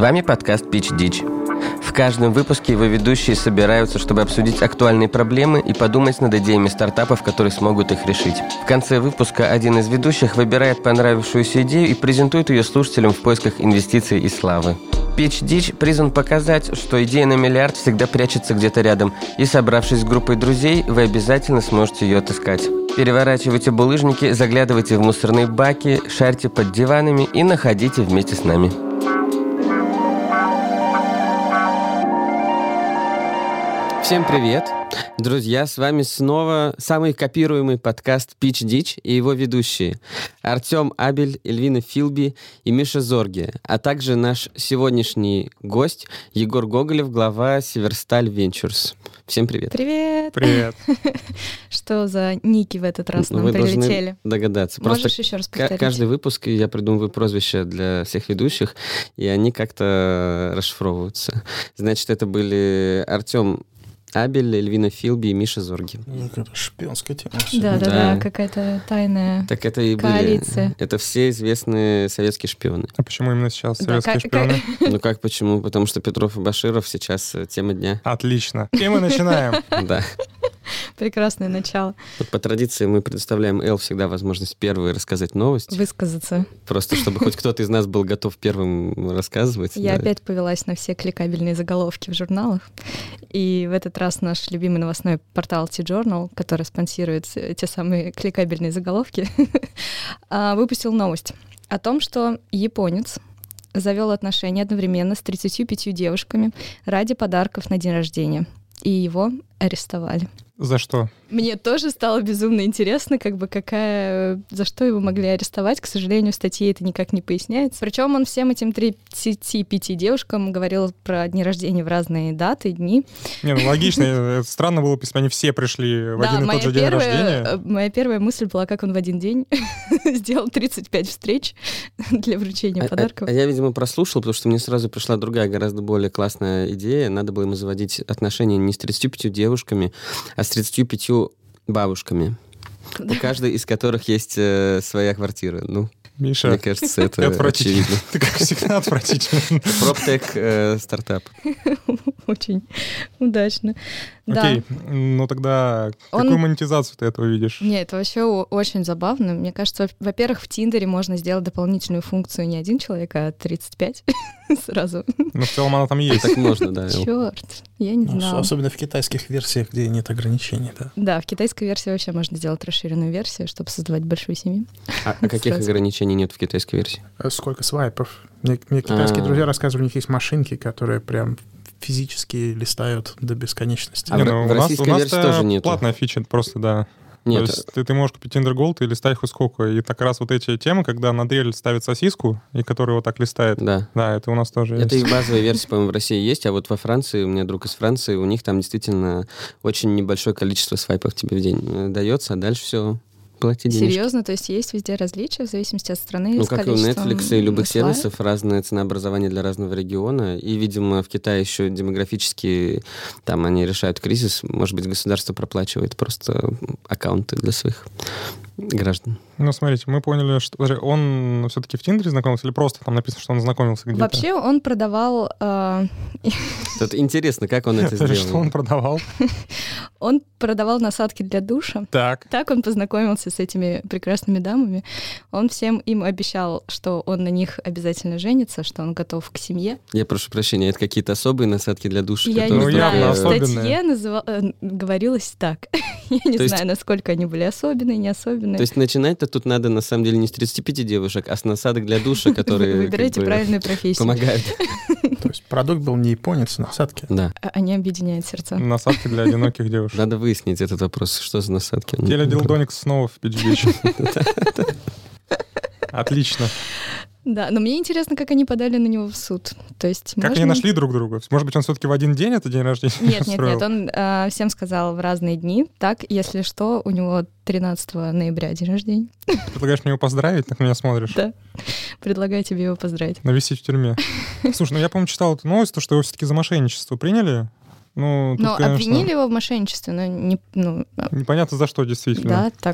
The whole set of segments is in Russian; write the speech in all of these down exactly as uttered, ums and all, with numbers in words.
вами подкаст Pitch Ditch. В каждом выпуске его ведущие собираются, чтобы обсудить актуальные проблемы и подумать над идеями стартапов, которые смогут их решить. В конце выпуска один из ведущих выбирает понравившуюся идею и презентует ее слушателям в поисках инвестиций и славы. Pitch Ditch призван показать, что идея на миллиард всегда прячется где-то рядом, и, собравшись с группой друзей, вы обязательно сможете ее отыскать. Переворачивайте булыжники, заглядывайте в мусорные баки, шарьте под диванами и находите вместе с нами. Всем привет! Друзья, с вами снова самый копируемый подкаст Pitch Ditch и его ведущие Артем Абель, Эльвина Филби и Миша Зорги, а также наш сегодняшний гость Егор Гоголев, глава Северсталь Венчурс. Всем привет! Привет! Привет! Что за ники в этот раз нам Вы прилетели? должны догадаться. Можешь Просто еще раз повторить? Каждый выпуск я придумываю прозвища для всех ведущих, и они как-то расшифровываются. Значит, это были Артем Абель, Эльвина Филби и Миша Зорги. Это шпионская тема. Да, да, Да. да, какая-то тайная Так это и коалиция. были. Это все известные советские шпионы. А почему именно сейчас Да, советские как- шпионы? Ну как, почему? Потому что Петров и Баширов сейчас э, тема дня. Отлично. И мы начинаем. Да. Прекрасное начало. Вот по традиции мы предоставляем Эл всегда возможность первой рассказать новость. Высказаться. Просто чтобы хоть кто-то из нас был готов первым рассказывать. Я Да. опять повелась на все кликабельные заголовки в журналах. И в этот раз наш любимый новостной портал T-Journal, который спонсирует те самые кликабельные заголовки, а, выпустил новость о том, что японец завел отношения одновременно с тридцатью пятью девушками ради подарков на день рождения. И его арестовали. За что? Мне тоже стало безумно интересно, как бы какая, за что его могли арестовать. К сожалению, в статье это никак не поясняется. Причем он всем этим тридцати пяти девушкам говорил про дни рождения в разные даты, дни. Не, ну логично. Это странно было бы, если бы они все пришли в Да, один и моя тот же день первая, рождения. моя первая мысль была, как он в один день сделал тридцать пять встреч для вручения А- подарков. А, а я, видимо, прослушал, потому что мне сразу пришла другая, гораздо более классная идея. Надо было ему заводить отношения не с тридцатью пятью девушками, а с тридцатью пятью бабушками, у каждой из которых есть э, своя квартира. Ну, мне Миша, кажется, ты это отвратительный. очевидно. Ты, как всегда, отвратительный. Проптек э, стартап. Очень удачно. Да. Окей, ну тогда Он- какую монетизацию ты этого видишь? Нет, это вообще о- очень забавно. Мне кажется, во- во-первых, в Тиндере можно сделать дополнительную функцию не один человек, а тридцать пять сразу. Ну, в целом она там есть. Так можно, да. Эл. Черт, я не Ну, знала. особенно в китайских версиях, где нет ограничений, да. Да, в китайской версии вообще можно сделать расширенную версию, чтобы создавать большую семью. А, а каких Сразу. ограничений нет в китайской версии? А сколько свайпов? Мне, мне китайские А. друзья рассказывали, у них есть машинки, которые прям физически листают до бесконечности. А Не, в- ну, в у нас, российской у версии нас-то тоже нету. платная фича, просто, да. Нет, То есть ты, ты можешь купить Tinder Gold и листать хоть сколько. И так раз вот эти темы, когда на дрель ставит сосиску, и который вот так листает, да. да, это у нас тоже Это и есть. в базовой версии, по-моему, в России есть, а вот во Франции, у меня друг из Франции, у них там действительно очень небольшое количество свайпов тебе в день э, дается, а дальше все, плати денежки. Серьезно? То есть есть везде различия в зависимости от страны? Ну, с как и у количеством Netflix и любых слайдов? сервисов, разное ценообразование для разного региона. И, видимо, в Китае еще демографически там они решают кризис. Может быть, государство проплачивает просто аккаунты для своих граждан. Ну, смотрите, мы поняли, что подожди, он все-таки в Тиндере знакомился или просто там написано, что он знакомился где-то? Вообще он продавал... э, Это интересно, как он это Что сделал. он продавал? он продавал насадки для душа. Так. Так он познакомился с этими прекрасными дамами. Он всем им обещал, что он на них обязательно женится, что он готов к семье. Я прошу прощения, это какие-то особые насадки для души? Я которые не Ну, знаю, явно в особенные. статье называ- э, говорилось так. Я не То есть- знаю, насколько они были особенные, не особенные. То есть начинать-то тут надо, на самом деле, не с тридцати пяти девушек, а с насадок для душа, которые Выбирайте как бы правильную профессию. помогают. То есть продукт был не японец, а насадки. Да. А- Они объединяют сердца. Насадки для одиноких девушек. Надо выяснить этот вопрос, что за насадки. Теледилдоник снова в Питч-Бич. Отлично. Да, но мне интересно, как они подали на него в суд. То есть Как можно- они нашли друг друга? Может быть, он все-таки в один день это день рождения Нет, нет, устроил? нет, он э, всем сказал в разные дни. Так, если что, у него тринадцатого ноября день рождения. Ты предлагаешь мне его поздравить, так меня смотришь? Да. Предлагаю тебе его поздравить. Нависеть в тюрьме. Слушай, ну я, по-моему, читал эту новость, то, что его все-таки за мошенничество приняли. Ну, тут, Но конечно, обвинили его в мошенничестве, но не, ну, непонятно за что, действительно. да, так.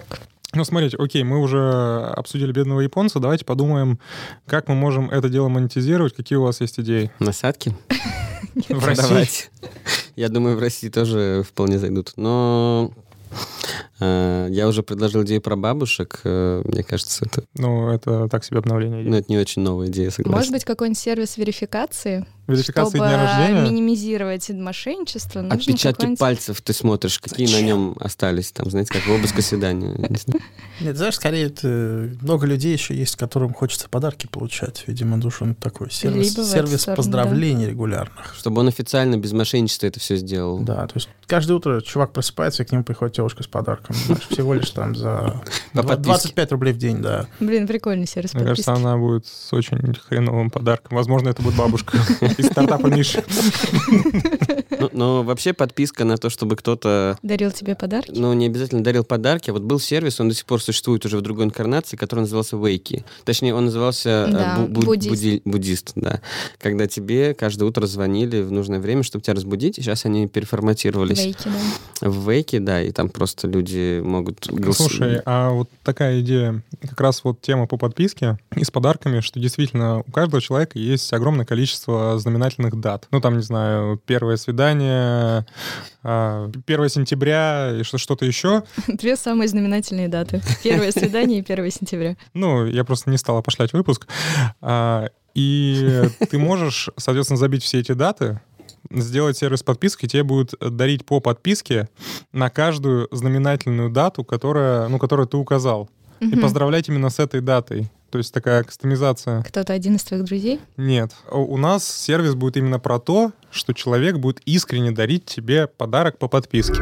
Ну, смотрите, окей, мы уже обсудили бедного японца, давайте подумаем, как мы можем это дело монетизировать, какие у вас есть идеи? Насадки? В России? Я думаю, в России тоже вполне зайдут. Но э, я уже предложил идею про бабушек. Э, мне кажется, это... Ну, это так себе обновление. Ну, это не очень новая идея, согласен. Может быть, какой-нибудь сервис верификации? Верификация чтобы дня рождения? минимизировать мошенничество. Отпечатки пальцев ты смотришь, какие Зачем? на нем остались. Там, знаете, как в обыске свидания. Нет, знаешь, скорее, это много людей еще есть, которым хочется подарки получать. Видимо, душ он такой сервис, Либо в эту сервис сторону, поздравлений регулярных. Чтобы он официально, без мошенничества это все сделал. Да, то есть каждое утро чувак просыпается, и к нему приходит девушка с подарком. Знаешь, всего лишь там за По два- подписке. двадцать пять рублей в день, да. Блин, прикольный сервис Мне подписки. кажется, она будет с очень хреновым подарком. Возможно, это будет бабушка из стартапа Миши. Но, но вообще подписка на то, чтобы кто-то, Дарил тебе подарки? ну, не обязательно дарил подарки. А вот был сервис, он до сих пор существует уже в другой инкарнации, который назывался Вейки. Точнее, он назывался э, Да, бу- бу- буддист. буди- буддист, да. Когда тебе каждое утро звонили в нужное время, чтобы тебя разбудить. И сейчас они переформатировались Вейки, да. в Вейки, да, и там просто люди могут... голос- Слушай, а вот такая идея, как раз вот тема по подписке и с подарками, что действительно у каждого человека есть огромное количество знаменательных дат. Ну, там, не знаю, первое свидание, а, первое сентября и что- что-то еще. Две самые знаменательные даты. Первое свидание и первое сентября. Ну, я просто не стал опошлять выпуск. А, И ты можешь, соответственно, забить все эти даты, сделать сервис подписки, тебе будут дарить по подписке на каждую знаменательную дату, которая, ну, которую ты указал. И Мгм. поздравлять именно с этой датой. То есть такая кастомизация. Кто-то один из твоих друзей? Нет. У у нас сервис будет именно про то, что человек будет искренне дарить тебе подарок по подписке.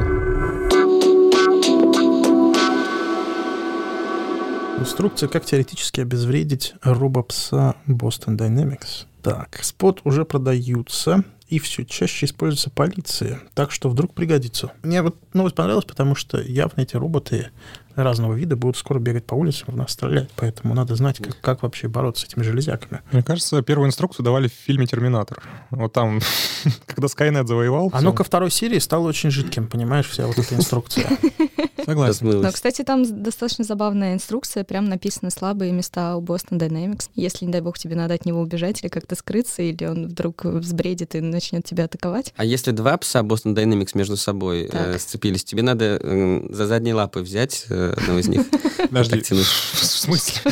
Инструкция, как теоретически обезвредить робопса Boston Dynamics. Так, спот уже продаются и все чаще используется полицией, так что вдруг пригодится. Мне вот новость понравилась, потому что явно эти роботы разного вида будут скоро бегать по улицам, в нас стрелять, поэтому надо знать, как, как вообще бороться с этими железяками. Мне кажется, первую инструкцию давали в фильме «Терминатор». Вот там, когда Скайнет завоевал... Оно всё. ко второй серии стало очень жидким, понимаешь, вся вот эта инструкция. Согласен. Но, кстати, там достаточно забавная инструкция, прям написаны слабые места у Boston Dynamics. Если, не дай бог, тебе надо от него убежать или как-то скрыться, или он вдруг взбредит и начнет тебя атаковать. А если два пса Boston Dynamics между собой э, сцепились, тебе надо э, за задние лапы взять э, одного из них. Подожди, Так тянуть. в смысле?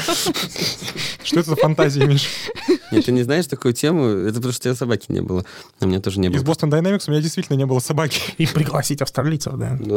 Что это за фантазии, Миш? Нет, ты не знаешь такую тему? Это потому что у тебя собаки не было. У меня тоже не было. Из Boston Dynamics у меня действительно не было собаки. И пригласить австралийцев, да. Ну,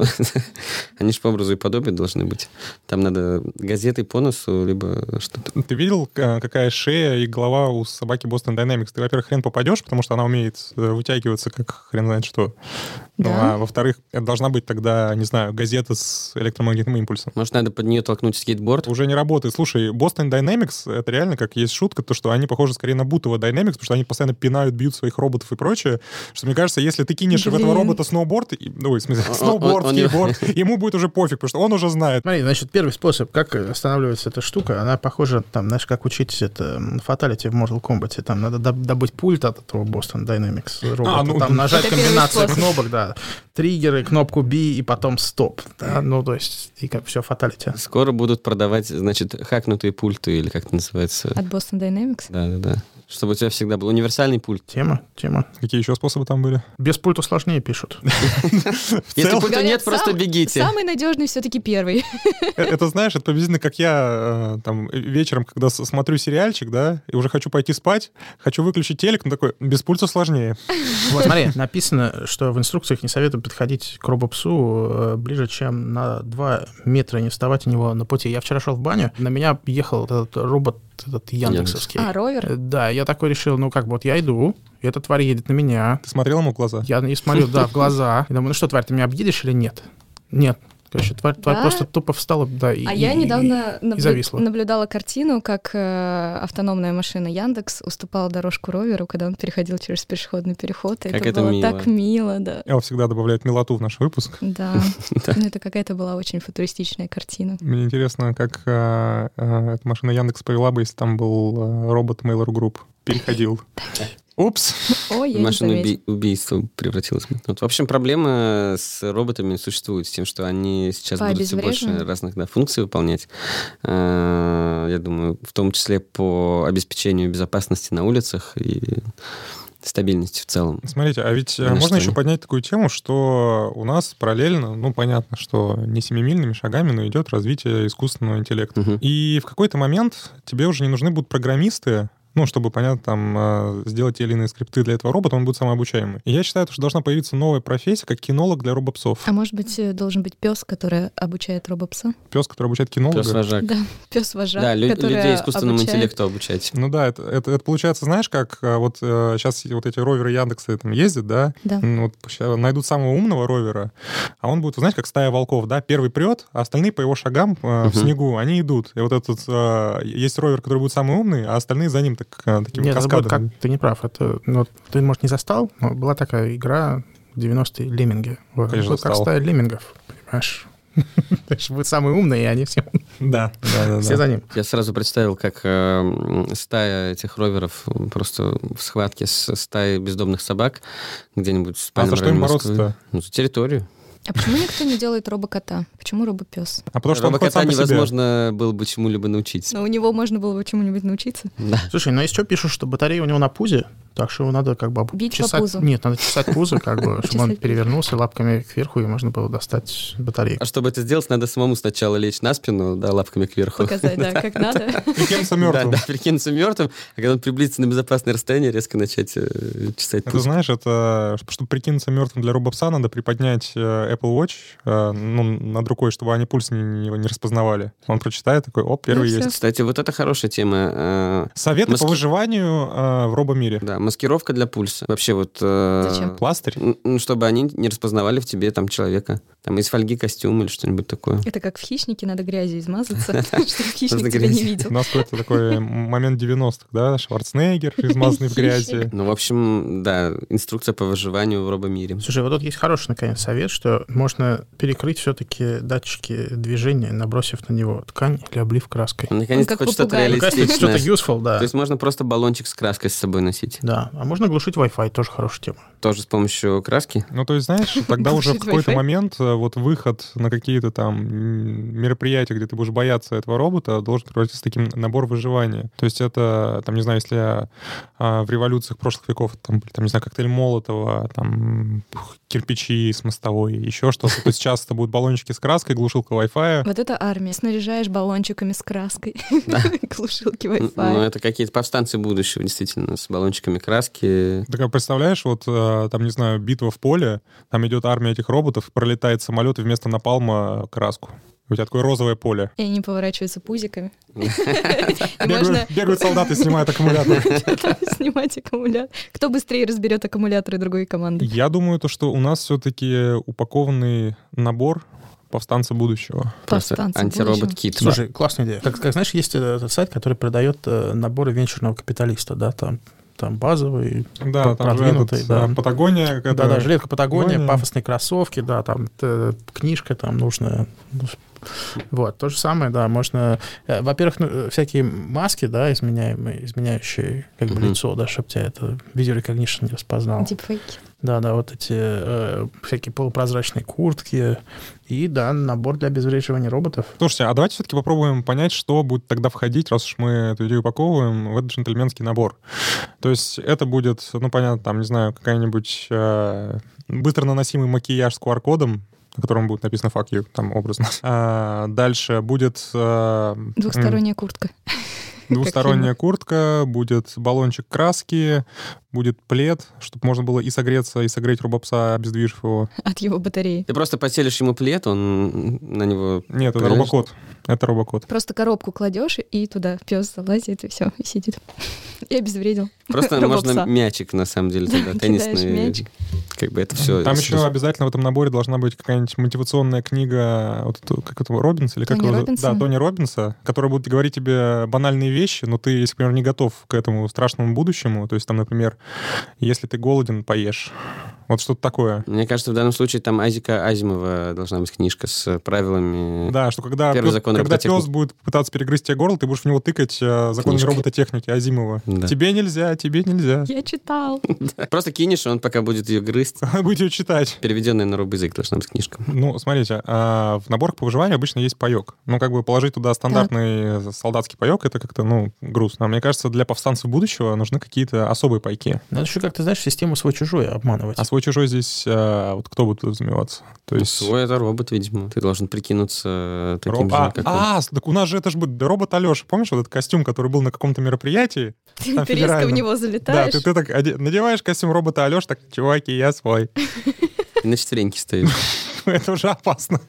они же по образу и подобию должны быть. Там надо газетой по носу, либо что-то. Ты видел, э, какая шея и голова у собаки Boston Dynamics? Ты, во-первых, хрен попадешь, потому что она умеет э, вытягиваться, как хрен знает что. Ну, Да? а во-вторых, это должна быть тогда, не знаю, газета с электромагнитным импульсом. Может, надо под нее толкнуть скейтборд? Уже не работает. Слушай, Boston Dynamics, это реально, как есть шутка, то, что они похожи скорее на Бутова Dynamics, потому что они постоянно пинают, бьют своих роботов и прочее, что, мне кажется, если ты кинешь в этого Блин. робота сноуборд, и- ну, в смысле, Он- сноуборд, он- он- скейтборд, ему будет уже пофиг, потому что он уже знает. Смотри, значит, первый способ, как останавливается эта штука, она похожа, там, знаешь, как учить это фаталити в Mortal Kombat. Там надо доб- добыть пульт от этого Boston Dynamics робота, А, ну, там нажать это первый комбинацию способ. кнопок, да, триггеры, кнопку B и потом стоп, да, ну, то есть, и как все фаталити. Скоро будут продавать, значит, хакнутые пульты, или как это называется. От Boston Dynamics? Да-да-да. Чтобы у тебя всегда был универсальный пульт. Тема, тема. Какие еще способы там были? Без пульта сложнее пишут. Если целом- пульта Говорят, нет, просто сам- бегите. Самый надежный все-таки первый. Э, Это, знаешь, это приблизительно как я э, там вечером, когда с- смотрю сериальчик, да, и уже хочу пойти спать, хочу выключить телек, но такой, без пульта сложнее. Вот смотри, написано, что в инструкциях не советую подходить к робопсу э, ближе, чем на два метра, и не вставать у него на пути. Я вчера шел в баню, на меня ехал этот робот, этот яндексовский. А, ровер? Э, Да, я такой решил, ну как бы вот я иду, и эта тварь едет на меня. Ты смотрел ему в глаза? Я не смотрю, да, в глаза. И думаю, ну что, тварь, ты меня объедешь или нет? Нет. Короче, тварь, тварь Да? просто тупо встала, да, и А я и- недавно и наблю- зависла. наблюдала картину, как э, автономная машина Яндекс уступала дорожку роверу, когда он переходил через пешеходный переход. И Как это это было мило. так мило, да. Эл всегда добавляет милоту в наш выпуск. Да. Ну, это какая-то была очень футуристичная картина. Мне интересно, как э, э, эта машина Яндекс повела бы, если там был э, робот Mail.ru Group. Переходил. Упс. Ой, я не Машина заметила. убийства превратилась. Вот, в общем, проблема с роботами существует, с тем, что они сейчас По будут все больше обезвреживанию? разных да, функций выполнять. Э, Я думаю, в том числе по обеспечению безопасности на улицах и стабильности в целом. Смотрите, а ведь э, На можно что еще ли? поднять такую тему, что у нас параллельно, ну, понятно, что не семимильными шагами, но идет развитие искусственного интеллекта. Мгм. И в какой-то момент тебе уже не нужны будут программисты, ну, чтобы, понятно, там, э, сделать те или иные скрипты для этого робота, он будет самообучаемый. И я считаю, что должна появиться новая профессия, как кинолог для робопсов. А может быть, э, должен быть пес, который обучает робопса? Пес, который обучает кинолога. Пес-вожак. Да, пес-вожак, Да, лю- который людей искусственному обучает- интеллекту обучать. Ну да, это, это, это получается, знаешь, как э, вот э, сейчас вот эти роверы Яндекса там ездят, да, Да. М, вот ща найдут самого умного ровера, а он будет, вы знаете, как стая волков, да, первый прет, а остальные по его шагам э, в Мгм. снегу, они идут. И вот этот, э, есть ровер, который будет самый умный, а остальные за ним так, э, таким Нет, это будет каскадом. как, ты не прав. Это, ну, ты, может, не застал, но была такая игра в девяностые «Лемминги». Вот, Конечно, будет как застал. стая леммингов, понимаешь? То есть будет самый умный, и они все, Да, да, да. все за ним. Я сразу представил, как э, м, стая этих роверов просто в схватке с стаей бездомных собак где-нибудь в А спальном за что районе им Москвы. бороться-то? Ну, за территорию. А почему никто не делает робокота? Почему робопес? А потому что он ходит Робокота сам по себе. невозможно было бы чему-либо научить. Но у него можно было бы чему-нибудь научиться. Да. Слушай, ну если что, пишут, что батарея у него на пузе, так что его надо как бы об- Бить по чесать. пузу. Нет, надо чесать пузо, как бы, чтобы он Чесать. перевернулся лапками кверху, и можно было достать батарейку. А чтобы это сделать, надо самому сначала лечь на спину, да, лапками кверху. Показать, да, как надо. Прикинься Да, мертвым. да, прикинуться мертвым, а когда он приблизится на безопасное расстояние, резко начать э, чесать Это пузо. знаешь, это чтобы прикинуться мертвым для робопса, надо приподнять э, Apple Watch э, ну, над рукой, чтобы они пульс не, не, не распознавали. Он прочитает такой, оп, первый Ну, есть. всё. Кстати, вот это хорошая тема. э, Советы Маски- по выживанию э, в робомире. Да, маскировка для пульса. Вообще вот... э, Зачем? Пластырь. н- ну, чтобы они не распознавали в тебе там человека. Там из фольги костюм или что-нибудь такое. Это как в «Хищнике», надо грязью измазаться, чтобы хищник Можно тебя не грязью. У видел. нас какой-то такой момент девяностых, да? Шварценеггер, измазанный в грязи. Ну, в общем, да, инструкция по выживанию в робомире. Слушай, вот тут есть хороший, наконец, совет, что можно перекрыть все-таки датчики движения, набросив на него ткань или облив краской. Он наконец-то как хоть что-то попугай. Ну, кажется, это что-то реалистичное. useful, да. То есть можно просто баллончик с краской с собой носить. Да, а можно глушить Wi-Fi, тоже хорошая тема. Тоже с помощью краски. Ну, то есть, знаешь, тогда уже в Глушить какой-то Wi-Fi. момент э, вот выход на какие-то там м, мероприятия, где ты будешь бояться этого робота, должен превратиться в таким набор выживания. То есть это, там, не знаю, если а, в революциях прошлых веков, там, были, там, не знаю, коктейль Молотова, там, ух, кирпичи с мостовой, еще что-то, то сейчас это будут баллончики с краской, глушилка Wi-Fi. Вот это армия. Снаряжаешь баллончиками с краской. Глушилки Ну, Wi-Fi. это какие-то повстанцы будущего, действительно, с баллончиками краски. Так, а представляешь, вот э, там, не знаю, битва в поле, там идет армия этих роботов, пролетает самолет и вместо напалма краску. У тебя такое розовое поле. И они поворачиваются пузиками. И можно Бегают, бегают солдаты, снимают аккумулятор. снимать аккумулятор. Кто быстрее разберет аккумуляторы другой команды? Я думаю, то, что у нас все-таки упакованный набор повстанца будущего. Просто Повстанцы антиробот-кит. Слушай, классная идея. Как, как знаешь, есть этот сайт, который продает э, наборы венчурного капиталиста, да, там, там базовый, Да, там же продвинутый, этот, да. э, Патагония. Да, которая- да, жилетка Патагония, Патагония. пафосные кроссовки, да, там э, книжка там нужная. Вот, то же самое, да, можно... э, Во-первых, ну, э, всякие маски, да, изменяемые, изменяющие как бы Мгм. лицо, да, чтобы тебя это видео recognition не распознал. Дипфейки. Да, да, вот эти э, всякие полупрозрачные куртки и, да, набор для обезвреживания роботов. Слушайте, а давайте все-таки попробуем понять, что будет тогда входить, раз уж мы эту идею упаковываем, в этот джентльменский набор. То есть это будет, ну, понятно, там, не знаю, какая-нибудь э, быстро наносимый макияж с ку ар-кодом, на котором будет написано «fuck you», там, образно. А, дальше будет... э, Двухсторонняя куртка. Двусторонняя куртка, будет баллончик краски, будет плед, чтобы можно было и согреться, и согреть робопса, обездвижив его. От его батареи. Ты просто поселишь ему плед, он на него... Нет, это Понимаешь? робокод. Это робокод. Просто коробку кладешь, и туда пес залазит, и все, и сидит. И обезвредил. Просто Робопса. можно мячик, на самом деле, тогда, Да, теннисный. кидаешь мячик. Как бы это все... Там еще обязательно в этом наборе должна быть какая-нибудь мотивационная книга, вот эту, как это, Робинса, или как Тони его? Робинса? Да, Тони Робинса, которая будет говорить тебе банальные вещи, но ты, если, например, не готов к этому страшному будущему, то есть там, например, если ты голоден, поешь. Вот что-то такое. Мне кажется, в данном случае там Азика Азимова должна быть книжка с правилами. Да, что когда, Первый пес, закон когда пес робототехники. будет пытаться перегрызть тебе горло, ты будешь в него тыкать э, законами Книжкой. робототехники Азимова. Да. Тебе нельзя, тебе нельзя. Я читал. Просто кинешь, и он пока будет ее грызть. Будете ее читать. Переведенная на робоязык должна быть книжка. Ну, смотрите, а, в наборах по выживанию обычно есть паёк. Ну, как бы положить туда стандартный солдатский паёк, это как-то, ну, грустно. А мне кажется, для повстанцев будущего нужны какие-то особые пайки. Надо еще как-то, знаешь, систему свой-чужой обманывать. А свой-чужой здесь, а, вот кто будет заниматься? То есть... Свой это робот, видимо. Ты должен прикинуться таким Роб- же, А, как он. а, с- так у нас же это же будет робот Алеша. Помнишь вот этот костюм, который был на каком-то мероприятии? Ты Там резко в федеральном. него Да, залетаешь. ты, ты так оде- надеваешь костюм робота Алеша, так, чуваки, я свой. И на четвереньки стоишь. Это уже опасно.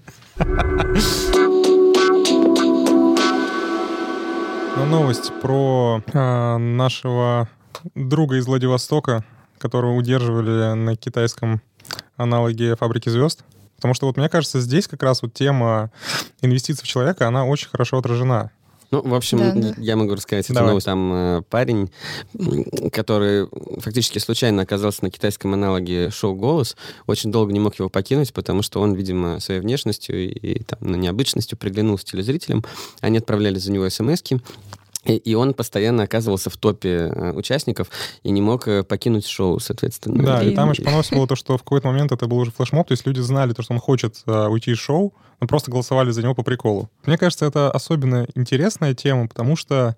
Ну, новость про а, нашего друга из Владивостока, которого удерживали на китайском аналоге «Фабрики звезд». Потому что вот мне кажется, здесь как раз вот тема инвестиций в человека, она очень хорошо отражена. Ну, в общем, Да, да. я могу рассказать эту Давай. новость. Там э, парень, м, который фактически случайно оказался на китайском аналоге шоу «Голос», очень долго не мог его покинуть, потому что он, видимо, своей внешностью и, и там, ну, необычностью приглянулся телезрителям. Они отправляли за него смски. И, и он постоянно оказывался в топе э, участников и не мог э, покинуть шоу, соответственно. Да, и Блин. там еще понос было то, что в какой-то момент это был уже флешмоб, то есть люди знали то, что он хочет а, уйти из шоу, но просто голосовали за него по приколу. Мне кажется, это особенно интересная тема, потому что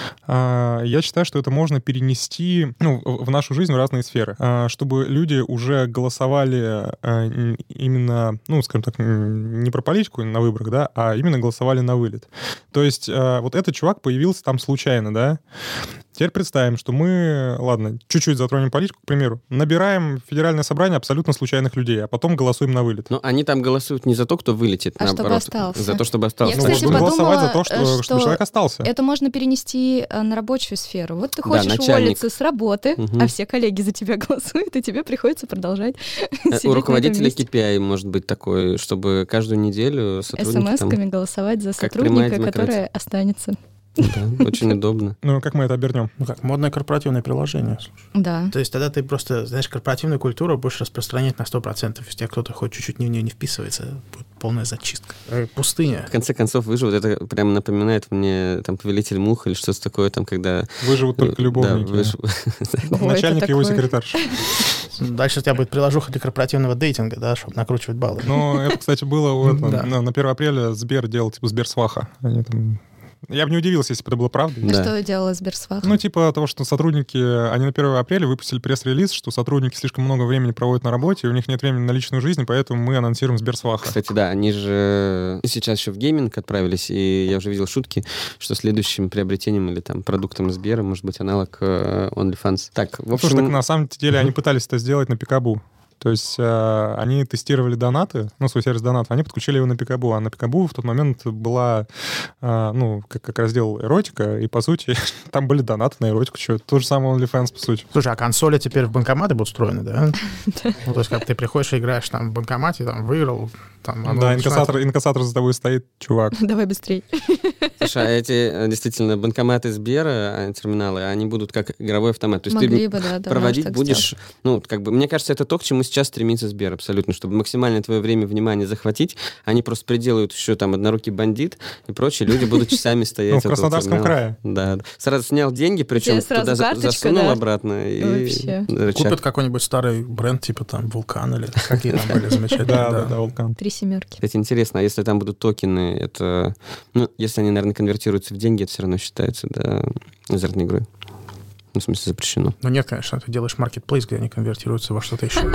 а, я считаю, что это можно перенести ну, в в нашу жизнь в разные сферы, А, чтобы люди уже голосовали а, н- именно, ну, скажем так, н- не про политику на выборах, да, а именно голосовали на вылет. То есть а, вот этот чувак появился там случайно, да. Теперь представим, что мы, ладно, чуть-чуть затронем политику, к примеру, набираем федеральное собрание абсолютно случайных людей, а потом голосуем на вылет. Но они там голосуют не за то, кто вылетит, А чтобы наоборот, остался. за то, чтобы остался. Я, Ну, кстати, будем подумала, голосовать за то, что, э, чтобы что человек остался. Это можно перенести э, на рабочую сферу. Вот ты Да, хочешь начальник. уволиться с работы, Мгм. а все коллеги за тебя голосуют, и тебе приходится продолжать Э, сидеть У на руководителя этом месте. кей пи ай может быть такой, чтобы каждую неделю сотрудники там... СМС-ками голосовать за как прямая сотрудника, демократия. который останется. Да, очень удобно. Ну, как мы это обернем? Ну как, модное корпоративное приложение, слушай. Да. То есть тогда ты просто, знаешь, корпоративную культуру будешь распространять на сто процентов. Если кто-то хоть чуть-чуть в нее не вписывается, будет полная зачистка. Э, Пустыня. В конце концов, выживут. Это прямо напоминает мне там «Повелитель мух» или что-то такое, там, когда... Выживут только Да, любовники. выж- Ой, Начальник это и его такой- секретарша. Дальше у тебя будет приложуха для корпоративного дейтинга, да, чтобы накручивать баллы. Ну, это, кстати, было вот, Да. на, на первое апреля Сбер делал типа Сберсваха. Они там... Я бы не удивился, если бы это было правдой. А Да. что делала Сберсвах? Ну, типа того, что сотрудники, они на первое апреля выпустили пресс-релиз, что сотрудники слишком много времени проводят на работе, и у них нет времени на личную жизнь, поэтому мы анонсируем Сберсваха. Кстати, да, они же сейчас еще в гейминг отправились, и я уже видел шутки, что следующим приобретением или там продуктом Сбера может быть аналог э, OnlyFans. Так, в Ну, слушай, так общем... на самом деле они пытались это сделать на Пикабу. То есть э, они тестировали донаты, ну, свой сервис донатов, они подключили его на Пикабу, а на Пикабу в тот момент была, э, ну, как, как раздел эротика, и, по сути, там были донаты на эротику, что то же самое OnlyFans, по сути. Слушай, а консоли теперь в банкоматы будут встроены, да? Ну, то есть, как ты приходишь и играешь там в банкомате, там, выиграл, там... оно Да, начинает- инкассатор, инкассатор за тобой стоит, чувак. Давай быстрей. Слушай, а эти э, действительно банкоматы Сбера, а, терминалы, они будут как игровой автомат. То есть Могли ты бы, да, давно проводить так будешь... Ну, как бы, мне кажется, это то, к чему сейчас стремится Сбер абсолютно, чтобы максимально твое время, внимание захватить. Они просто приделают еще там однорукий бандит и прочие люди будут часами стоять. Ну, в около Краснодарском терминала. крае. Да, да. Сразу снял деньги, причем Тебе сразу туда за- карточка, засунул да? обратно и Вообще. рычаг. Купят какой-нибудь старый бренд, типа там Вулкан или какие там были замечательные. Да, да, да, Вулкан. Три семерки. Кстати, интересно, а если там будут токены, это... Ну, если они, наверное, конвертируются в деньги, это все равно считается, да, азартной игрой. Ну, в смысле, запрещено. Ну нет, конечно, ты делаешь маркетплейс, где они конвертируются во что-то еще.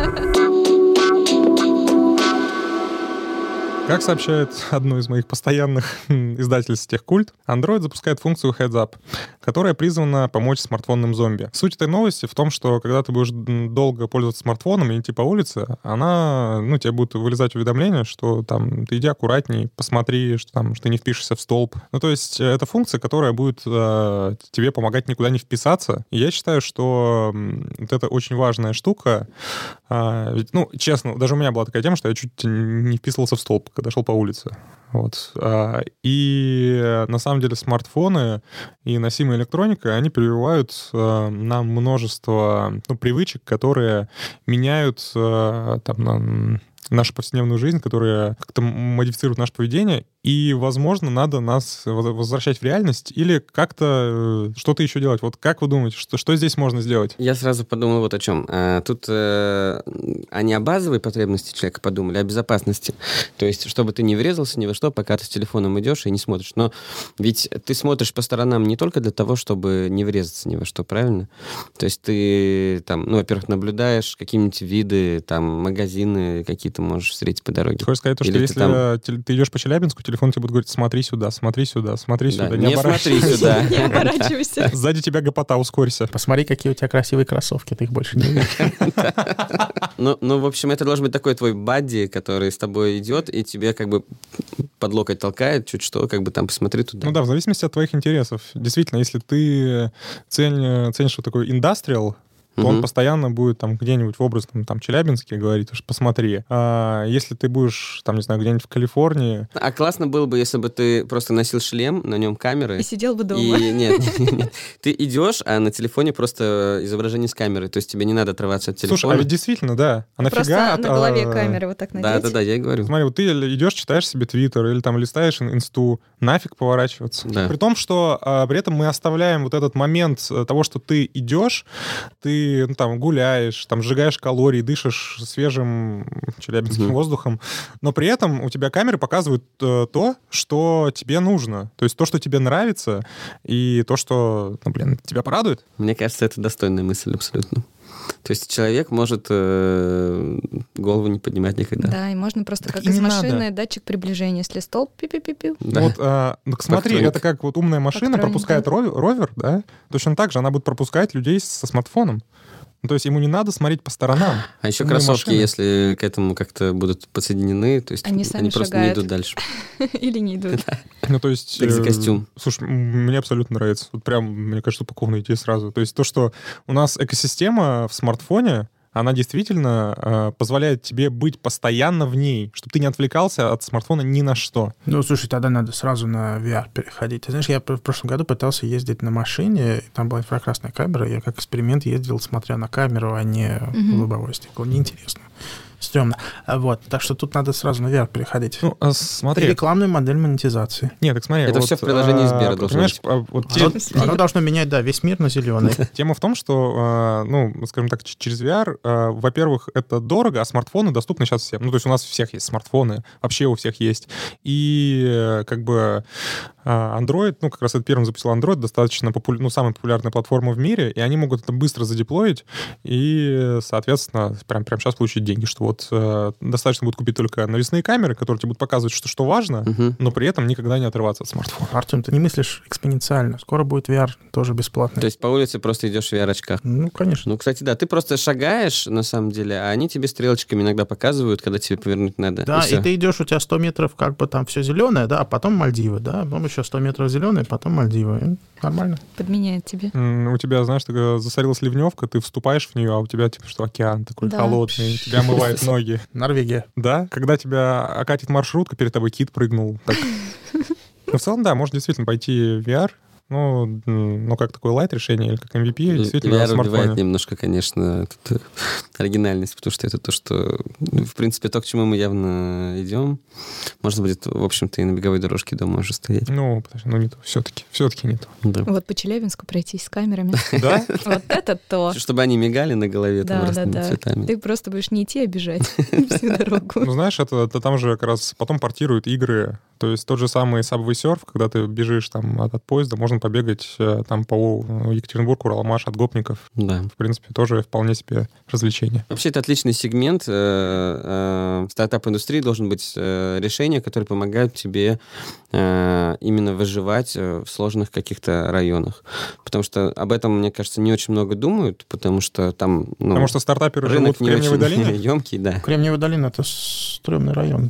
Как сообщает одно из моих постоянных издательств «Техкульт», Android запускает функцию Heads Up, которая призвана помочь смартфонным зомби. Суть этой новости в том, что когда ты будешь долго пользоваться смартфоном и идти по улице, она, ну, тебе будет вылезать уведомление, что там ты иди аккуратней, посмотри, что там, что ты не впишешься в столб. Ну, то есть это функция, которая будет э, тебе помогать никуда не вписаться. И я считаю, что м, вот это очень важная штука. А, ведь, ну, честно, даже у меня была такая тема, что я чуть не вписывался в столб, когда шел по улице. Вот. И на самом деле смартфоны и носимая электроника, они прививают нам множество ну, привычек, которые меняют там, нашу повседневную жизнь, которые как-то модифицируют наше поведение, и, возможно, надо нас возвращать в реальность или как-то что-то еще делать. Вот как вы думаете, что, что здесь можно сделать? Я сразу подумал вот о чем. Тут э, они о базовой потребности человека подумали, о безопасности. То есть, чтобы ты не врезался ни во что, пока ты с телефоном идешь и не смотришь. Но ведь ты смотришь по сторонам не только для того, чтобы не врезаться ни во что, правильно? То есть ты там, ну, во-первых, наблюдаешь какие-нибудь виды, там, магазины какие-то можешь встретить по дороге. Ты хочешь сказать, что Или если ты, там... ты идешь по Челябинску, телефон тебе будет говорить, смотри сюда, смотри сюда, смотри да, сюда. Не, не смотри сюда. Не оборачивайся. Сзади тебя гопота, ускорься. Посмотри, какие у тебя красивые кроссовки, ты их больше не видишь. Ну, ну, в общем, это должен быть такой твой бадди, который с тобой идет и тебе как бы под локоть толкает, чуть что, как бы там посмотри туда. Ну да, в зависимости от твоих интересов. Действительно, если ты ценишь, ценишь вот такой индастриал, то mm-hmm. он постоянно будет там где-нибудь в образном там Челябинске говорить, что посмотри. А если ты будешь там, не знаю, где-нибудь в Калифорнии... А классно было бы, если бы ты просто носил шлем, на нем камеры. И сидел бы дома. И нет, нет, нет. Ты идешь, а на телефоне просто изображение с камеры. То есть тебе не надо отрываться от телефона. Слушай, а ведь действительно, да. А нафига... Просто от, на голове а... камеры вот так надеть. Да-да-да, я и говорю. Смотри, вот ты идешь, читаешь себе Твиттер или там листаешь инсту, нафиг поворачиваться. Да. При том, что а, при этом мы оставляем вот этот момент того, что ты идешь, ты ну, там гуляешь, там сжигаешь калории, дышишь свежим челябинским mm-hmm. воздухом, но при этом у тебя камеры показывают э, то, что тебе нужно. То есть то, что тебе нравится, и то, что, ну, блин, тебя порадует. Мне кажется, это достойная мысль абсолютно. То есть человек может э, голову не поднимать никогда. Да, и можно просто так как из машины надо. Датчик приближения. Если столб, пи-пи-пи-пи. Да. Вот, а, ну, смотри, Как это как вот умная машина Как пропускает ровер, ровер, да? Точно так же она будет пропускать людей со смартфоном. Ну, то есть ему не надо смотреть по сторонам. А еще Умные кроссовки, машины. Если к этому как-то будут подсоединены, то есть Они они, сами просто шагают. не идут дальше. Или не идут. Ну, то есть... Как за костюм. Э, слушай, мне абсолютно нравится. Вот прям, мне кажется, упаковано идти сразу. То есть то, что у нас экосистема в смартфоне, она действительно э, позволяет тебе быть постоянно в ней, чтобы ты не отвлекался от смартфона ни на что. Ну, слушай, тогда надо сразу на ви ар переходить. Ты знаешь, я в прошлом году пытался ездить на машине, и там была инфракрасная камера, я как эксперимент ездил, смотря на камеру, а не Мгм. в лобовое стекло. Неинтересно. Стрёмно. А Вот. Так что тут надо сразу на ви ар переходить. Ну, а И смотри. рекламную модель монетизации. Нет, так смотри. Это вот, всё в приложении а, Сбера должно понимаешь, быть. а, вот те- Оно, оно должно менять, да, весь мир на зеленый. Тема в том, что, а, ну, скажем так, ч- через ви ар, а, во-первых, это дорого, а смартфоны доступны сейчас всем. Ну, то есть у нас у всех есть смартфоны, вообще у всех есть. И э, как бы а, Android, ну, как раз это первым запустил Android, достаточно популя- ну, самая популярная платформа в мире, и они могут это быстро задеплоить и, соответственно, прям, прям сейчас получить деньги, что вот э, достаточно будет купить только навесные камеры, которые тебе будут показывать, что, что важно, Мгм. но при этом никогда не отрываться от смартфона. Артем, ты не мыслишь экспоненциально. Скоро будет ви ар тоже бесплатный. То есть по улице просто идешь в ви ар-очках. Ну, конечно. Ну, кстати, да, ты просто шагаешь, на самом деле, а они тебе стрелочками иногда показывают, когда тебе повернуть надо. Да, всё. и ты идешь, у тебя сто метров, как бы там все зеленое, да, а потом Мальдивы, да, потом еще сто метров зеленое, потом Мальдивы. И нормально. Подменяет тебе. М, У тебя, знаешь, такая засорилась ливневка, ты вступаешь в нее, а у тебя, типа, что океан такой Да. холодный, тебя омывает ноги. Норвегия. Да? Когда тебя окатит маршрутка, перед тобой кит прыгнул. так. Ну, в целом, да, можно действительно пойти в ви ар, ну, м, ну как такое лайт-решение или как эм ви пи, действительно, ви на ар убивает смартфоне. немножко, конечно, тут, э, оригинальность, потому что это то, что, ну, в принципе, то, к чему мы явно идем. Можно будет, в общем-то, и на беговой дорожке дома уже стоять. Ну, подожди, ну не то, все-таки, все-таки не то. Да. Вот по Челябинску пройтись с камерами. Да? Вот это то. Чтобы они мигали на голове там Да, да, разными да. цветами. Ты просто будешь не идти, а бежать всю дорогу. Ну, знаешь, это, это там же как раз потом портируют игры. То есть тот же самый Subway Surf, когда ты бежишь там от, от поезда, можно побегать э, там по Екатеринбургу, Уралмаш от гопников. Да. В принципе, тоже вполне себе развлечение. Вообще, это отличный сегмент. Э, э, Стартап-индустрии должен быть э, решение, которое помогает тебе э, именно выживать э, в сложных каких-то районах. Потому что об этом, мне кажется, не очень много думают, потому что там... Ну, Потому что стартаперы живут рынок в не Кремниевой очень долине. емкий, да. Кремниевая долина — это стрёмный район.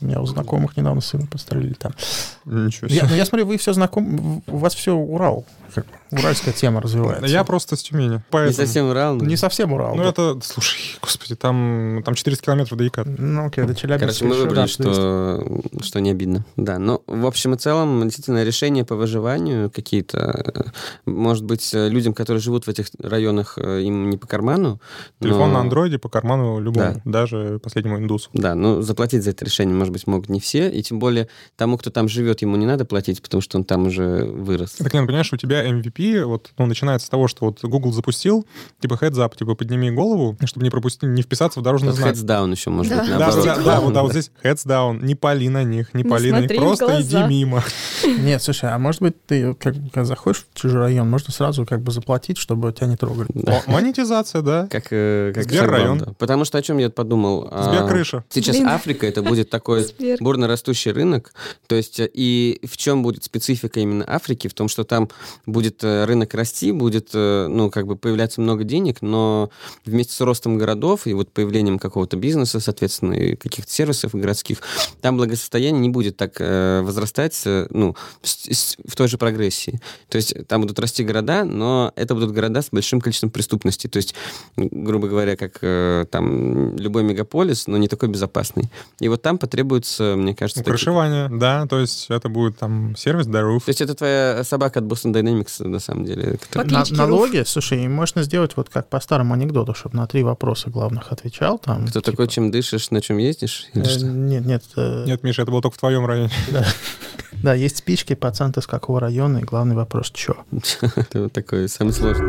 У меня у знакомых недавно сына подстрелили там. Ничего себе. Я, ну, я смотрю, вы все знакомы, у вас все Урал. Как, уральская тема развивается. Я просто с Тюмени. Не Поэтому... совсем Урал. но- Не совсем Урал. Ну, да. это, слушай, господи, там, там четыреста километров до Екаты. Ну, окей, до Челябинска. Короче, мы еще, выбрали, да, что, что не обидно. Да, но в общем и целом, действительно, решения по выживанию какие-то, э, может быть, э, людям, которые живут в этих районах, э, им не по карману. Телефон но- на андроиде по карману любому, Да. даже последнему индусу. Да, но заплатить за это решение, может быть, могут не все, и тем более тому, кто там живет, ему не надо платить, потому что он там уже вырос. Так, нет, понимаешь, у тебя эм ви пи, вот, ну, начинается с того, что вот Google запустил, типа, heads up, типа, подними голову, чтобы не пропустить, не вписаться в дорожный Тут знак. heads down еще, может Да. быть, Да, наоборот. да, да, вот, да, вот здесь heads down, не пали на них, не Не пали на них, смотри в просто иди глаза. мимо. Нет, слушай, а может быть, ты, как, когда заходишь в чужой район, можно сразу как бы заплатить, чтобы тебя не трогали? Да. О, монетизация, да. Как, э, как Сберрайон. Сбербанк, да. Потому что о чем я подумал? А, Сберкрыша. Сейчас Блин. Африка это будет такой Сбер. бурно растущий рынок. То есть э, и в чем будет специфика именно Африки? В том, что там будет э, рынок расти, будет э, ну как бы появляться много денег, но вместе с ростом городов и вот появлением какого-то бизнеса, соответственно, и каких-то сервисов городских, там благосостояние не будет так э, возрастать, э, ну с- с- в той же прогрессии. То есть там будут расти города, но это будут города с большим количеством преступности. То есть, грубо говоря, как э, там любой мегаполис, но не такой безопасный. И вот там потребуется, мне кажется... такие- Украшевание, да, то есть это будет там сервис Даруф. То есть это твоя собака от Boston Dynamics, на самом деле. которая- По На- кличке налоги, слушай, и можно сделать вот как по старому анекдоту, чтобы на три вопроса главных отвечал. Там, Кто типа, такой, чем дышишь, на чем ездишь? Или э, что? Нет, нет. э, Нет, Миша, это было только в твоем районе. Да, есть спички, пацан, ты с какого района, и главный вопрос, чё? Это вот такой самый сложный.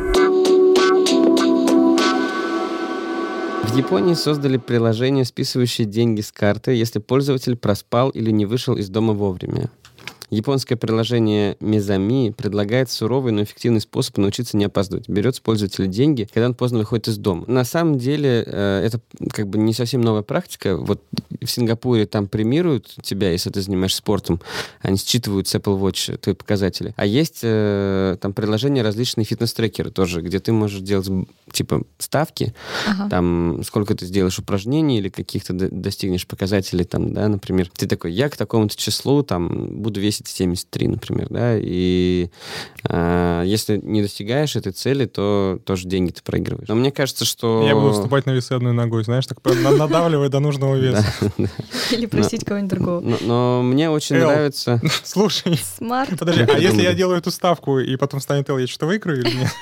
В Японии создали приложение, списывающее деньги с карты, если пользователь проспал или не вышел из дома вовремя. Японское приложение Мезами предлагает суровый, но эффективный способ научиться не опаздывать. Берет с пользователя деньги, когда он поздно выходит из дома. На самом деле, э, это как бы не совсем новая практика. Вот в Сингапуре там премируют тебя, если ты занимаешься спортом. Они считывают с Apple Watch твои показатели. А есть э, там приложения различные фитнес-трекеры тоже, где ты можешь делать типа ставки, Ага. там, сколько ты сделаешь упражнений или каких-то до- достигнешь показателей, там, да, например. Ты такой, я к такому-то числу, там, буду весить семьдесят три, например, да, и э, если не достигаешь этой цели, то тоже деньги ты проигрываешь. Но мне кажется, что... Я буду вступать на весы одной ногой, знаешь, так прям на- надавливая до нужного веса. Да, да. Или просить кого-нибудь другого. Но, но мне очень Эл. нравится... Слушай, Смарт. подожди, Я а если думаю. я делаю эту ставку, и потом станет Эл, я что-то выиграю или нет?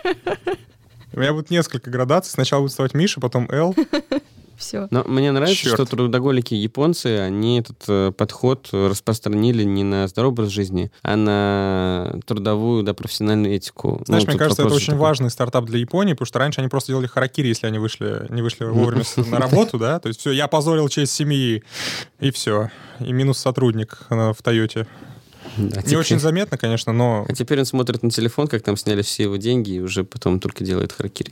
У меня будет несколько градаций. Сначала будет вставать Миша, потом Эл. Все. Но мне нравится, Чёрт. что трудоголики японцы, они этот э, подход распространили не на здоровый образ жизни, а на трудовую, да, профессиональную этику. Знаешь, Ну, мне тут кажется, это вопрос очень такой. важный стартап для Японии, потому что раньше они просто делали харакири, если они вышли, не вышли вовремя с- на работу, да, то есть все, я позорил честь семьи, и все. И минус сотрудник э, в Тойоте. Да, Не теперь- очень заметно, конечно, но А теперь он смотрит на телефон, как там сняли все его деньги, и уже потом только делает харакири.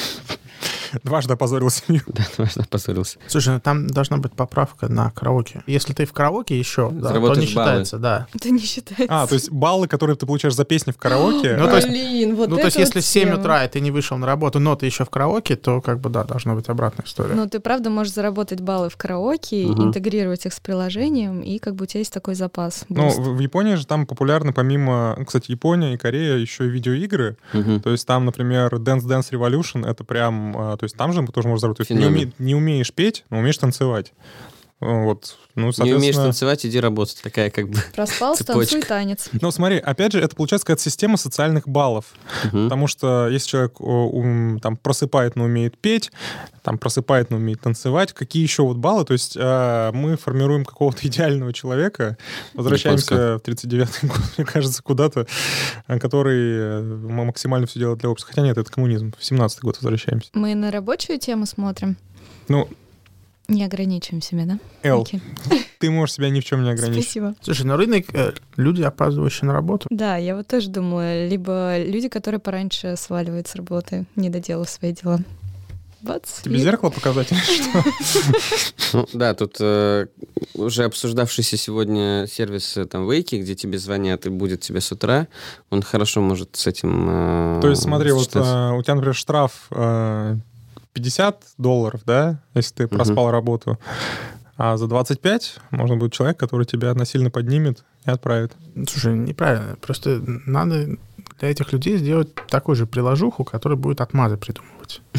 дважды опозорил семью. Да, дважды опозорился. Слушай, ну там должна быть поправка на караоке. Если ты в караоке еще, да, то Заработаешь не баллы. считается, да. Это не считается. А, то есть баллы, которые ты получаешь за песни в караоке, Ну, то есть- Блин, вот ну, то это есть, если вот в семь тема. утра, и ты не вышел на работу, но ты еще в караоке, то, как бы, да, должна быть обратная история. Ну, ты правда можешь заработать баллы в караоке, Мгм. интегрировать их с приложением, и как бы у тебя есть такой запас. ну, буст. в в Японии же там популярны помимо, кстати, Япония и Корея еще и видеоигры. Мгм. То есть там, например, Dance Dance Revolution, это прям, а, то есть там же тоже можно заработать. То есть не, Феномен. уме- не умеешь петь, но умеешь танцевать. Вот, ну, Не умеешь соответственно... танцевать, иди работать. Такая как бы... Проспал, цепочка. танцуй танец. Ну, смотри, опять же, это получается какая-то система социальных баллов. Мгм. Потому что если человек о, ум, там просыпает, но умеет петь, там просыпает, но умеет танцевать, какие еще вот баллы? То есть э, мы формируем какого-то идеального человека, возвращаемся Японского. в тридцать девятый год, мне кажется, куда-то, э, который э, максимально все делает для общества. Хотя нет, это коммунизм. В семнадцатый год возвращаемся. Мы на рабочую тему смотрим. Ну, Не ограничиваем себя, да? Эл, Окей. ты можешь себя ни в чем не ограничить. Спасибо. Слушай, ну рынок, э, люди, опаздывающие на работу. Да, я вот тоже думала, либо люди, которые пораньше сваливают с работы, не доделав свои дела. Бац. Тебе и- зеркало показать или что? Ну, да, тут э, уже обсуждавшийся сегодня сервис э, там Вейки, где тебе звонят и будет тебе с утра, он хорошо может с этим... э, То есть смотри, вот сочетаться. э, у тебя, например, штраф э, пятьдесят долларов, да, если ты проспал работу, А за двадцать пять можно будет человек, который тебя насильно поднимет и отправит. Слушай, неправильно. Просто надо для этих людей сделать такую же приложуху, которая будет отмазы придумывать.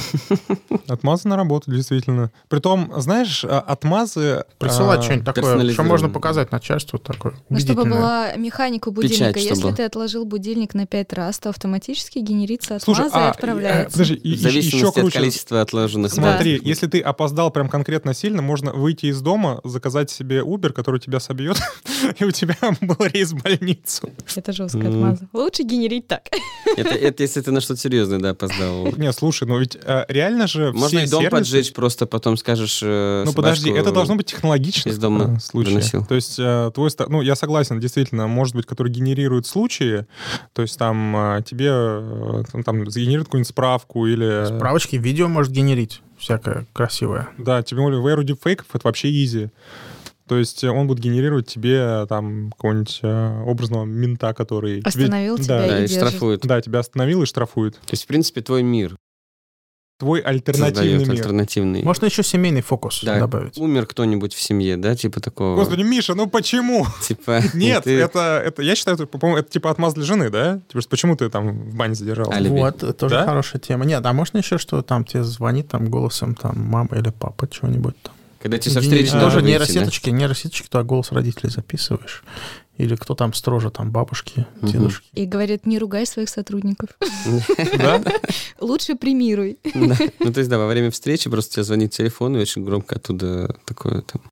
Отмазы на работу, действительно. Притом, знаешь, отмазы... Присылать а, что-нибудь такое, что можно показать начальству такое. Ну, чтобы была механика будильника. Печать, Если чтобы... ты отложил будильник на пять раз, то автоматически генерится отмаза Слушай, и а, отправляется. Подожди, и, В зависимости еще круче. от количества отложенных. Смотри, Да. если ты опоздал прям конкретно сильно, можно выйти из дома, заказать себе Uber, который тебя собьет, и у тебя был рейс в больницу. Это жесткая отмаза. Лучше генерить так. Это, это если ты на что-то серьезное, да, опоздал. Не, слушай, ну ведь а, реально же Можно все и дом сервисы... поджечь, просто потом скажешь... Э, Ну подожди, собачку это должно быть технологично из дома в случае. выносил. То есть э, твой... ста- Ну, я согласен, действительно, может быть, который генерирует случаи, то есть там э, тебе э, там, там сгенерирует какую-нибудь справку или... Справочки, видео может генерить всякое красивое. Да, тем более в эру дипфейков это вообще изи. То есть он будет генерировать тебе там какого-нибудь э, образного мента, который... Остановил Ведь- тебя да, и Да, и держит. штрафуют. да, тебя остановил и штрафует. То есть, в принципе, твой мир Твой альтернативный создает мир. альтернативный. Можно еще семейный фокус Да, добавить. умер кто-нибудь в семье, да, типа такого. Господи, Миша, ну почему? Типа, Нет, ты- это, это, я считаю, это, по-моему, это типа отмаз для жены, да? Типа, что почему ты там в бане задержался? Алиби. Вот, это тоже Да? хорошая тема. Нет, а можно еще что там тебе звонит там голосом там мама или папа, чего-нибудь там. Когда тебе со Генерить встречи тоже надо выйти, нейросеточки, нейросеточки, туда голос родителей записываешь. Или кто там строже, там бабушки, Мгм. дедушки. И говорит, не ругай своих сотрудников. Да? Лучше примируй. Да. Ну, то есть, да, во время встречи просто тебе звонит телефон, и очень громко оттуда такое там...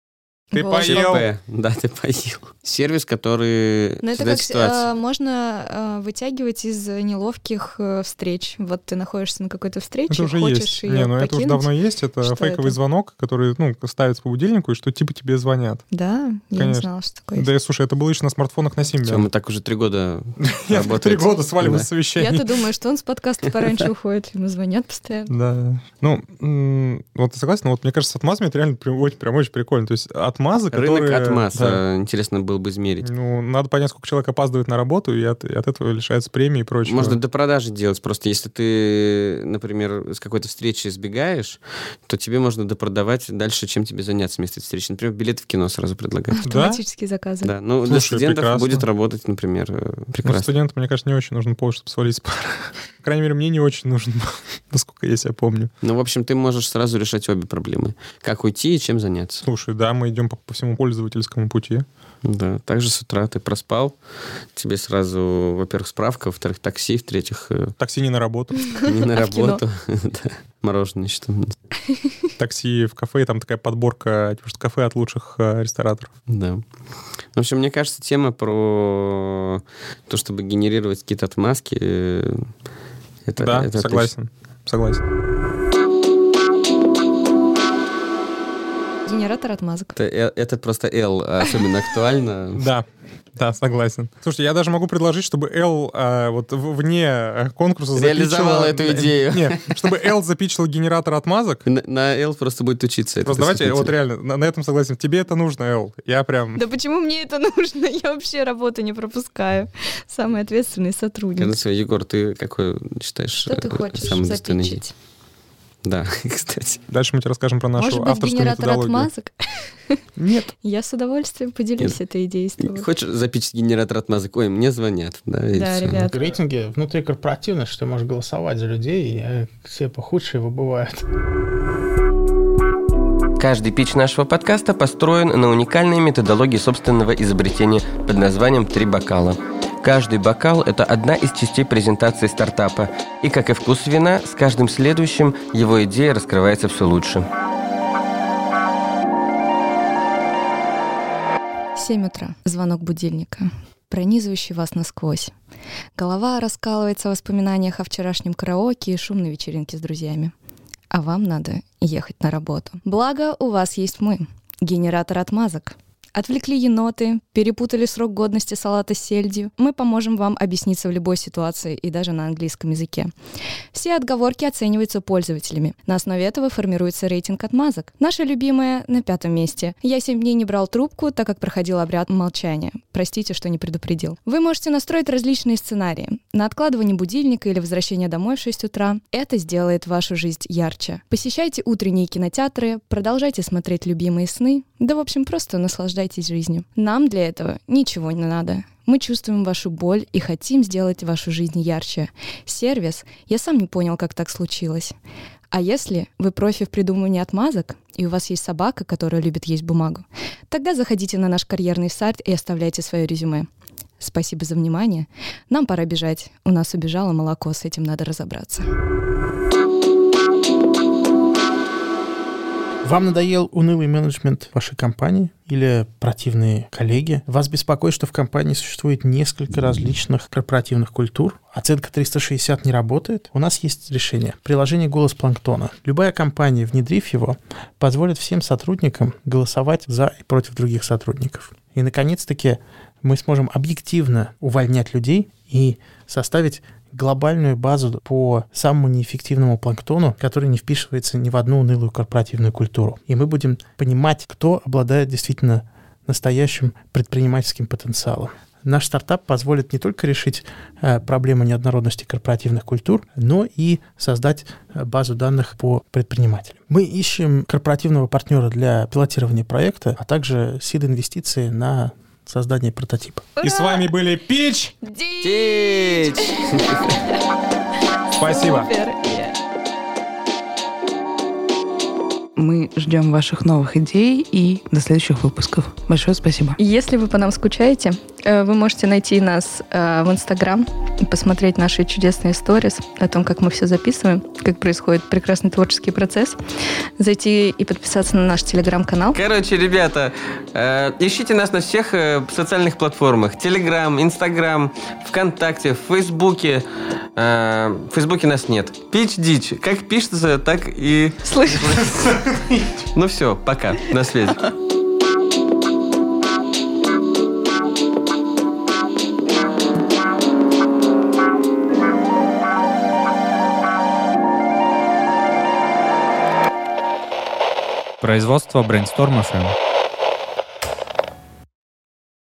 Ты Вот. поел? ЧП. Да, ты поел. Сервис, который Но это создает как ситуацию. э, можно э, вытягивать из неловких э, встреч. Вот ты находишься на какой-то встрече, Это уже хочешь есть. ее Не, ну это покинуть. уже давно есть. Это Что фейковый это? звонок, который, ну, ставится по будильнику, и что типа тебе звонят. Да, я не Конечно. знала, что такое. Да, и, слушай, это было еще на смартфонах на Симбе. Всё, мы так уже три года Я в три работаем. года сваливаю Да. с совещаний. Я-то думаю, что он с подкаста пораньше уходит, ему звонят постоянно. Да. Ну, м, вот ты согласен? Вот мне кажется, с отмазами это реально прям очень, прям очень прикольно. То есть отмазы, Рынок которые... отмаз, да. э, интересно было бы измерить. Ну, надо понять, сколько человек опаздывает на работу, и от, и от этого лишается премии и прочего. Можно до продажи делать. Просто если ты, например, с какой-то встречи сбегаешь, то тебе можно допродавать дальше, чем тебе заняться вместо этой встречи. Например, билеты в кино сразу предлагать. Автоматические заказы. Да, ну для Слушай, студентов прекрасно. будет работать, например, э, Ну, прекрасно. студентам, мне кажется, не очень нужен повод, чтобы свалить с пары. По крайней мере, мне не очень нужен, насколько я себя помню. Ну, в общем, ты можешь сразу решать обе проблемы. Как уйти и чем заняться. Слушай, да, мы идем по, по всему пользовательскому пути. Да. Также с утра ты проспал, тебе сразу, во-первых, справка, во-вторых, такси, в-третьих, э, Такси не на работу. не на А в кино? работу. Да. Мороженое что Такси в кафе, и там такая подборка, типа, что кафе от лучших э, рестораторов. Да. В общем, мне кажется, тема про то, чтобы генерировать какие-то отмазки, э, это, Да, это согласен. Согласен. Генератор отмазок. Это, э, это просто L особенно актуально. Да, да, согласен. Слушайте, я даже могу предложить, чтобы Эл а, вот в- вне э, конкурса Реализовала запичила- эту идею. Нет, чтобы Эл запичил генератор отмазок. На, на L просто будет учиться. это Просто давайте, вот действительно. реально, на, на этом согласен. Тебе это нужно, Эл. Я прям... Да почему мне это нужно? Я вообще работу не пропускаю. Самый ответственный сотрудник. Кажется, Егор, ты какой считаешь Что ты э, хочешь самый достойный день? запичить? Да, кстати. Дальше мы тебе расскажем про нашу Может быть, авторскую генератор методологию. отмазок? Нет. Я с удовольствием поделюсь Нет. этой идеей с тобой. Хочешь запичить генератор отмазок? Ой, мне звонят. Да, и Да, всё. ребят. Рейтинги внутрикорпоративные, что ты можешь голосовать за людей, и э, все похудшие выбывают. Каждый пич нашего подкаста построен на уникальной методологии собственного изобретения под названием «Три бокала». Каждый бокал – это одна из частей презентации стартапа. И, как и вкус вина, с каждым следующим его идея раскрывается все лучше. Семь утра. Звонок будильника, пронизывающий вас насквозь. Голова раскалывается в воспоминаниях о вчерашнем караоке и шумной вечеринке с друзьями. А вам надо ехать на работу. Благо, у вас есть мы. Генератор отмазок. Отвлекли еноты, перепутали срок годности салата с сельдью. Мы поможем вам объясниться в любой ситуации и даже на английском языке. Все отговорки оцениваются пользователями. На основе этого формируется рейтинг отмазок. Наша любимая на пятом месте. Я семь дней не брал трубку, так как проходил обряд молчания. Простите, что не предупредил. Вы можете настроить различные сценарии. На откладывание будильника или возвращение домой в шесть утра. Это сделает вашу жизнь ярче. Посещайте утренние кинотеатры, продолжайте смотреть любимые сны. Да, в общем, просто наслаждайтесь жизнью. Нам для этого ничего не надо. Мы чувствуем вашу боль и хотим сделать вашу жизнь ярче. Сервис, я сам не понял, как так случилось. А если вы профи в придумывании отмазок, и у вас есть собака, которая любит есть бумагу, тогда заходите на наш карьерный сайт и оставляйте свое резюме. Спасибо за внимание. Нам пора бежать. У нас убежало молоко, с этим надо разобраться. Вам надоел унылый менеджмент вашей компании или противные коллеги? Вас беспокоит, что в компании существует несколько различных корпоративных культур? Оценка триста шестьдесят не работает? У нас есть решение. Приложение «Голос Планктона». Любая компания, внедрив его, позволит всем сотрудникам голосовать за и против других сотрудников. И, наконец-таки, мы сможем объективно увольнять людей и составить глобальную базу по самому неэффективному планктону, который не вписывается ни в одну унылую корпоративную культуру. И мы будем понимать, кто обладает действительно настоящим предпринимательским потенциалом. Наш стартап позволит не только решить э, проблему неоднородности корпоративных культур, но и создать базу данных по предпринимателям. Мы ищем корпоративного партнера для пилотирования проекта, а также сид-инвестиции на создание прототипа. И с вами были Pitch! Тич! Спасибо. Мы ждем ваших новых идей и до следующих выпусков. Большое спасибо. Если вы по нам скучаете, вы можете найти нас в Инстаграм, посмотреть наши чудесные сторис о том, как мы все записываем, как происходит прекрасный творческий процесс, зайти и подписаться на наш Телеграм-канал. Короче, ребята, э, ищите нас на всех э, социальных платформах. Телеграм, Инстаграм, ВКонтакте, в Фейсбуке. Э, в Фейсбуке нас нет. Pitch Ditch. Как пишется, так и... Слышишь? Ну все, пока. На связи. Производство Brainstorm эф эм.